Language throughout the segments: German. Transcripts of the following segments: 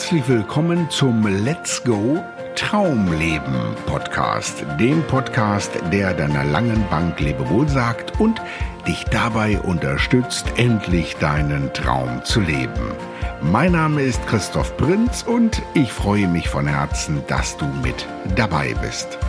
Herzlich willkommen zum Let's Go Traumleben Podcast, dem Podcast, der deiner langen Bank Lebewohl sagt und dich dabei unterstützt, endlich deinen Traum zu leben. Mein Name ist Christoph Prinz und ich freue mich von Herzen, dass du mit dabei bist.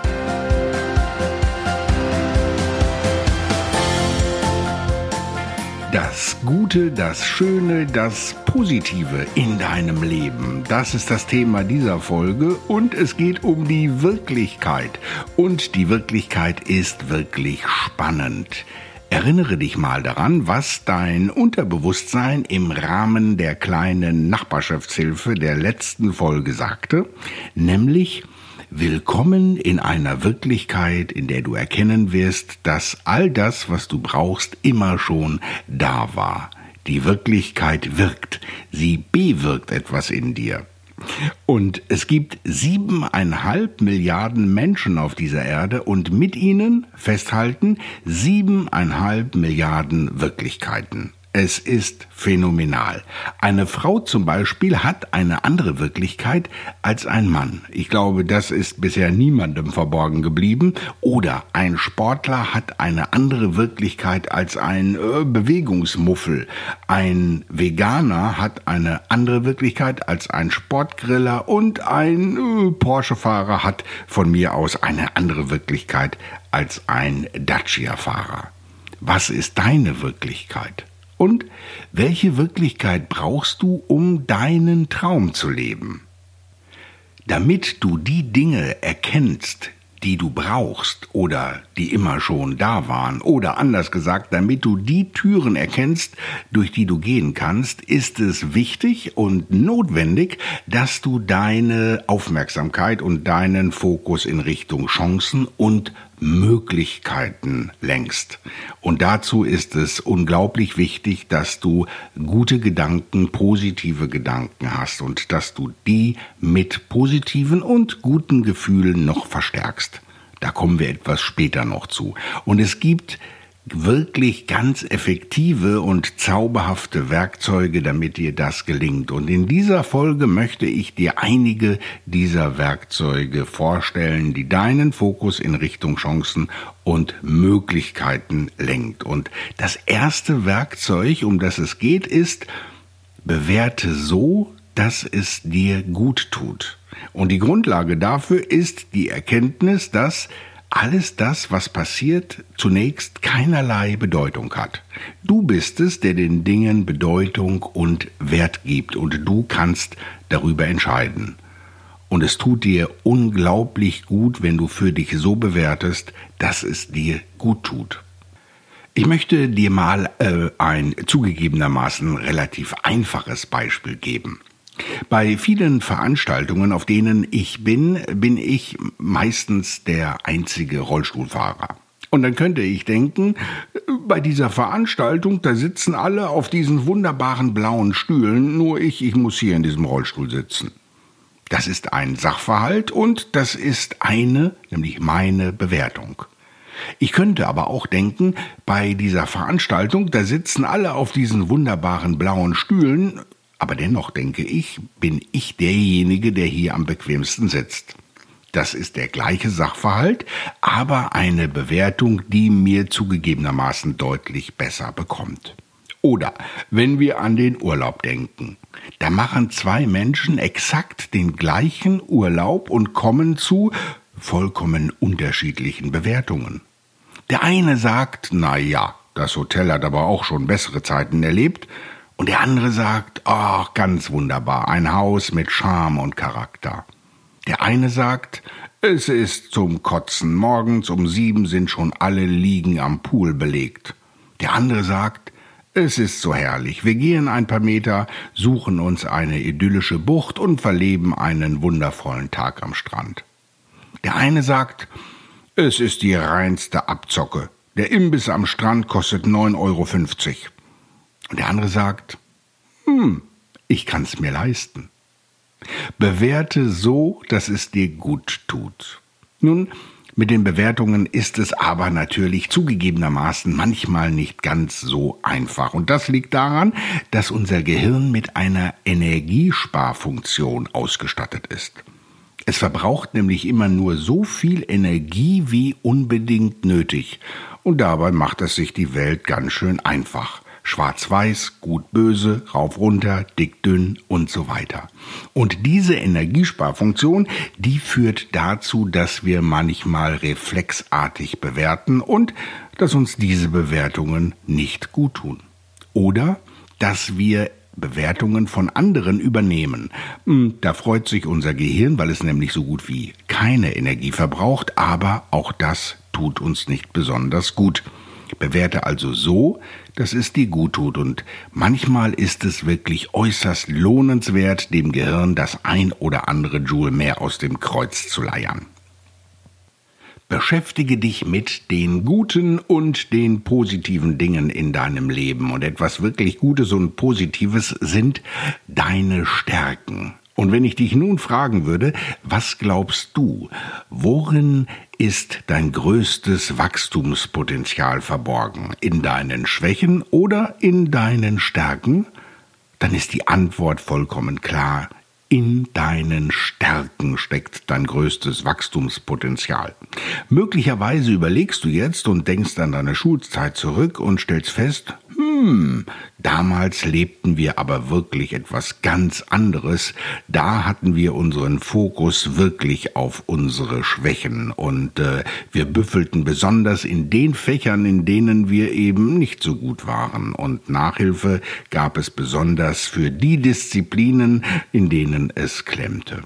Das Gute, das Schöne, das Positive in deinem Leben, das ist das Thema dieser Folge und es geht um die Wirklichkeit. Und die Wirklichkeit ist wirklich spannend. Erinnere dich mal daran, was dein Unterbewusstsein im Rahmen der kleinen Nachbarschaftshilfe der letzten Folge sagte, nämlich: Willkommen in einer Wirklichkeit, in der du erkennen wirst, dass all das, was du brauchst, immer schon da war. Die Wirklichkeit wirkt, sie bewirkt etwas in dir. Und es gibt 7,5 Milliarden Menschen auf dieser Erde und mit ihnen, festhalten, 7,5 Milliarden Wirklichkeiten. Es ist phänomenal. Eine Frau zum Beispiel hat eine andere Wirklichkeit als ein Mann. Ich glaube, das ist bisher niemandem verborgen geblieben. Oder ein Sportler hat eine andere Wirklichkeit als ein Bewegungsmuffel. Ein Veganer hat eine andere Wirklichkeit als ein Sportgriller. Und ein Porsche-Fahrer hat von mir aus eine andere Wirklichkeit als ein Dacia-Fahrer. Was ist deine Wirklichkeit? Und welche Wirklichkeit brauchst du, um deinen Traum zu leben? Damit du die Dinge erkennst, die du brauchst oder die immer schon da waren, oder anders gesagt, damit du die Türen erkennst, durch die du gehen kannst, ist es wichtig und notwendig, dass du deine Aufmerksamkeit und deinen Fokus in Richtung Chancen und Möglichkeiten lenkst. Und dazu ist es unglaublich wichtig, dass du gute Gedanken, positive Gedanken hast und dass du die mit positiven und guten Gefühlen noch verstärkst. Da kommen wir etwas später noch zu. Und es gibt wirklich ganz effektive und zauberhafte Werkzeuge, damit dir das gelingt. Und in dieser Folge möchte ich dir einige dieser Werkzeuge vorstellen, die deinen Fokus in Richtung Chancen und Möglichkeiten lenkt. Und das erste Werkzeug, um das es geht, ist: bewerte so, dass es dir gut tut. Und die Grundlage dafür ist die Erkenntnis, dass alles das, was passiert, zunächst keinerlei Bedeutung hat. Du bist es, der den Dingen Bedeutung und Wert gibt, und du kannst darüber entscheiden. Und es tut dir unglaublich gut, wenn du für dich so bewertest, dass es dir gut tut. Ich möchte dir mal ein zugegebenermaßen relativ einfaches Beispiel geben. Bei vielen Veranstaltungen, auf denen ich bin ich meistens der einzige Rollstuhlfahrer. Und dann könnte ich denken, bei dieser Veranstaltung, da sitzen alle auf diesen wunderbaren blauen Stühlen, nur ich muss hier in diesem Rollstuhl sitzen. Das ist ein Sachverhalt und das ist nämlich meine Bewertung. Ich könnte aber auch denken, bei dieser Veranstaltung, da sitzen alle auf diesen wunderbaren blauen Stühlen, aber dennoch denke ich, bin ich derjenige, der hier am bequemsten sitzt. Das ist der gleiche Sachverhalt, aber eine Bewertung, die mir zugegebenermaßen deutlich besser bekommt. Oder wenn wir an den Urlaub denken, da machen zwei Menschen exakt den gleichen Urlaub und kommen zu vollkommen unterschiedlichen Bewertungen. Der eine sagt, na ja, das Hotel hat aber auch schon bessere Zeiten erlebt. Und der andere sagt, ach, ganz wunderbar, ein Haus mit Charme und Charakter. Der eine sagt, es ist zum Kotzen, morgens um 7 sind schon alle Liegen am Pool belegt. Der andere sagt, es ist so herrlich, wir gehen ein paar Meter, suchen uns eine idyllische Bucht und verleben einen wundervollen Tag am Strand. Der eine sagt, es ist die reinste Abzocke, der Imbiss am Strand kostet 9,50 €. Und der andere sagt, ich kann's mir leisten. Bewerte so, dass es dir gut tut. Nun, Mit den Bewertungen ist es aber natürlich zugegebenermaßen manchmal nicht ganz so einfach. Und das liegt daran, dass unser Gehirn mit einer Energiesparfunktion ausgestattet ist. Es verbraucht nämlich immer nur so viel Energie wie unbedingt nötig. Und dabei macht es sich die Welt ganz schön einfach. Schwarz-Weiß, gut-böse, rauf-runter, dick-dünn und so weiter. Und diese Energiesparfunktion, die führt dazu, dass wir manchmal reflexartig bewerten und dass uns diese Bewertungen nicht gut tun. Oder dass wir Bewertungen von anderen übernehmen. Da freut sich unser Gehirn, weil es nämlich so gut wie keine Energie verbraucht, aber auch das tut uns nicht besonders gut. Bewerte also so, dass es dir gut tut, und manchmal ist es wirklich äußerst lohnenswert, dem Gehirn das ein oder andere Joule mehr aus dem Kreuz zu leiern. Beschäftige dich mit den guten und den positiven Dingen in deinem Leben, und etwas wirklich Gutes und Positives sind deine Stärken. Und wenn ich dich nun fragen würde, was glaubst du, worin ist dein größtes Wachstumspotenzial verborgen? In deinen Schwächen oder in deinen Stärken? Dann ist die Antwort vollkommen klar. In deinen Stärken steckt dein größtes Wachstumspotenzial. Möglicherweise überlegst du jetzt und denkst an deine Schulzeit zurück und stellst fest, damals lebten wir aber wirklich etwas ganz anderes. Da hatten wir unseren Fokus wirklich auf unsere Schwächen und wir büffelten besonders in den Fächern, in denen wir eben nicht so gut waren. Und Nachhilfe gab es besonders für die Disziplinen, in denen es klemmte.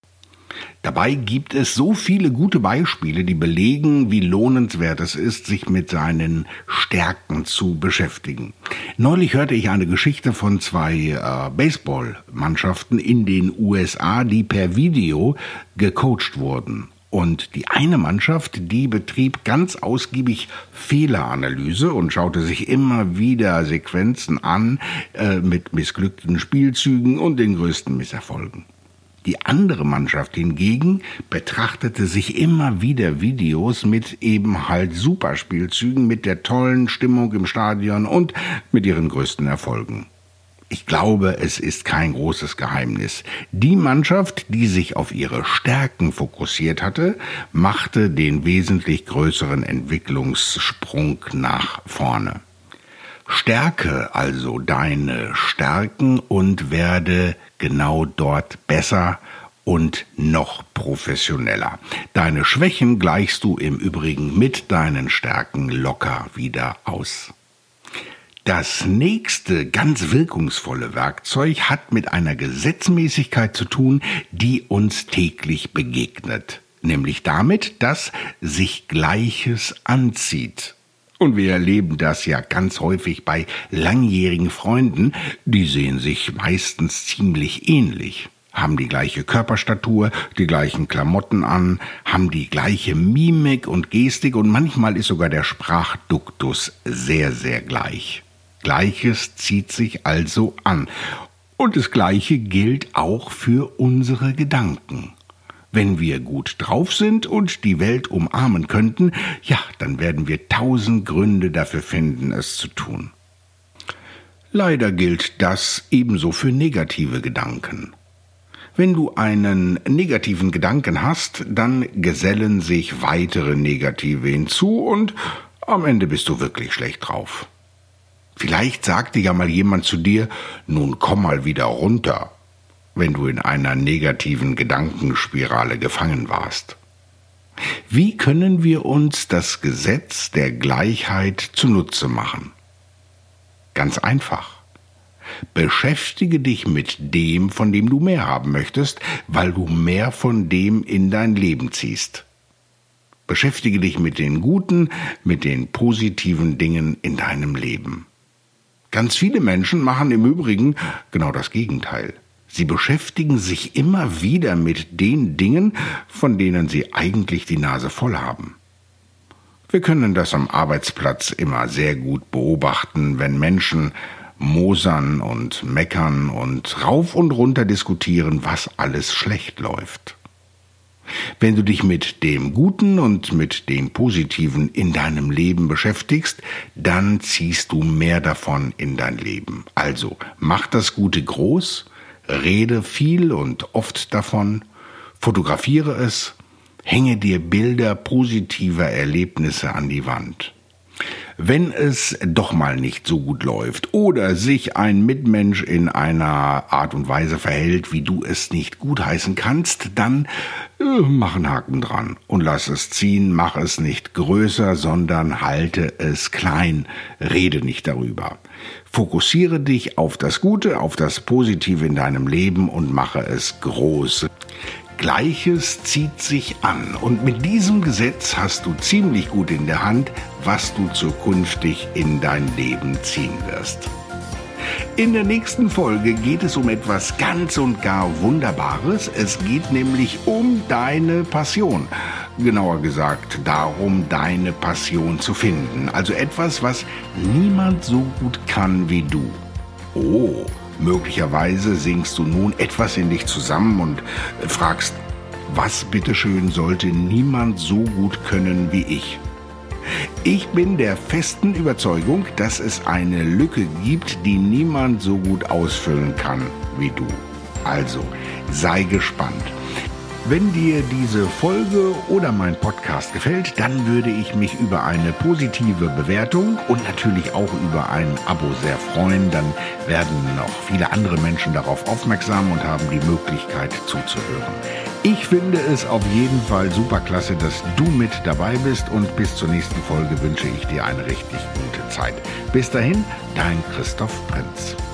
Dabei gibt es so viele gute Beispiele, die belegen, wie lohnenswert es ist, sich mit seinen Stärken zu beschäftigen. Neulich hörte ich eine Geschichte von zwei Baseballmannschaften in den USA, die per Video gecoacht wurden. Und die eine Mannschaft, die betrieb ganz ausgiebig Fehleranalyse und schaute sich immer wieder Sequenzen an mit missglückten Spielzügen und den größten Misserfolgen. Die andere Mannschaft hingegen betrachtete sich immer wieder Videos mit eben halt Superspielzügen, mit der tollen Stimmung im Stadion und mit ihren größten Erfolgen. Ich glaube, es ist kein großes Geheimnis. Die Mannschaft, die sich auf ihre Stärken fokussiert hatte, machte den wesentlich größeren Entwicklungssprung nach vorne. Stärke also deine Stärken und werde genau dort besser und noch professioneller. Deine Schwächen gleichst du im Übrigen mit deinen Stärken locker wieder aus. Das nächste ganz wirkungsvolle Werkzeug hat mit einer Gesetzmäßigkeit zu tun, die uns täglich begegnet, nämlich damit, dass sich Gleiches anzieht. Und wir erleben das ja ganz häufig bei langjährigen Freunden, die sehen sich meistens ziemlich ähnlich, haben die gleiche Körperstatur, die gleichen Klamotten an, haben die gleiche Mimik und Gestik und manchmal ist sogar der Sprachduktus sehr, sehr gleich. Gleiches zieht sich also an. Und das Gleiche gilt auch für unsere Gedanken. Wenn wir gut drauf sind und die Welt umarmen könnten, ja, dann werden wir 1000 Gründe dafür finden, es zu tun. Leider gilt das ebenso für negative Gedanken. Wenn du einen negativen Gedanken hast, dann gesellen sich weitere negative hinzu und am Ende bist du wirklich schlecht drauf. Vielleicht sagte ja mal jemand zu dir, nun komm mal wieder runter, wenn du in einer negativen Gedankenspirale gefangen warst. Wie können wir uns das Gesetz der Gleichheit zunutze machen? Ganz einfach. Beschäftige dich mit dem, von dem du mehr haben möchtest, weil du mehr von dem in dein Leben ziehst. Beschäftige dich mit den guten, mit den positiven Dingen in deinem Leben. Ganz viele Menschen machen im Übrigen genau das Gegenteil. Sie beschäftigen sich immer wieder mit den Dingen, von denen sie eigentlich die Nase voll haben. Wir können das am Arbeitsplatz immer sehr gut beobachten, wenn Menschen mosern und meckern und rauf und runter diskutieren, was alles schlecht läuft. Wenn du dich mit dem Guten und mit dem Positiven in deinem Leben beschäftigst, dann ziehst du mehr davon in dein Leben. Also mach das Gute groß, rede viel und oft davon, fotografiere es, hänge dir Bilder positiver Erlebnisse an die Wand. Wenn es doch mal nicht so gut läuft oder sich ein Mitmensch in einer Art und Weise verhält, wie du es nicht gutheißen kannst, dann mach einen Haken dran und lass es ziehen, mach es nicht größer, sondern halte es klein, rede nicht darüber. Fokussiere dich auf das Gute, auf das Positive in deinem Leben und mache es groß. Gleiches zieht sich an und mit diesem Gesetz hast du ziemlich gut in der Hand, was du zukünftig in dein Leben ziehen wirst. In der nächsten Folge geht es um etwas ganz und gar Wunderbares. Es geht nämlich um deine Passion. Genauer gesagt darum, deine Passion zu finden. Also etwas, was niemand so gut kann wie du. Oh, möglicherweise singst du nun etwas in dich zusammen und fragst, was bitteschön sollte niemand so gut können wie ich? Ich bin der festen Überzeugung, dass es eine Lücke gibt, die niemand so gut ausfüllen kann wie du. Also, sei gespannt. Wenn dir diese Folge oder mein Podcast gefällt, dann würde ich mich über eine positive Bewertung und natürlich auch über ein Abo sehr freuen. Dann werden noch viele andere Menschen darauf aufmerksam und haben die Möglichkeit zuzuhören. Ich finde es auf jeden Fall super klasse, dass du mit dabei bist und bis zur nächsten Folge wünsche ich dir eine richtig gute Zeit. Bis dahin, dein Christoph Prinz.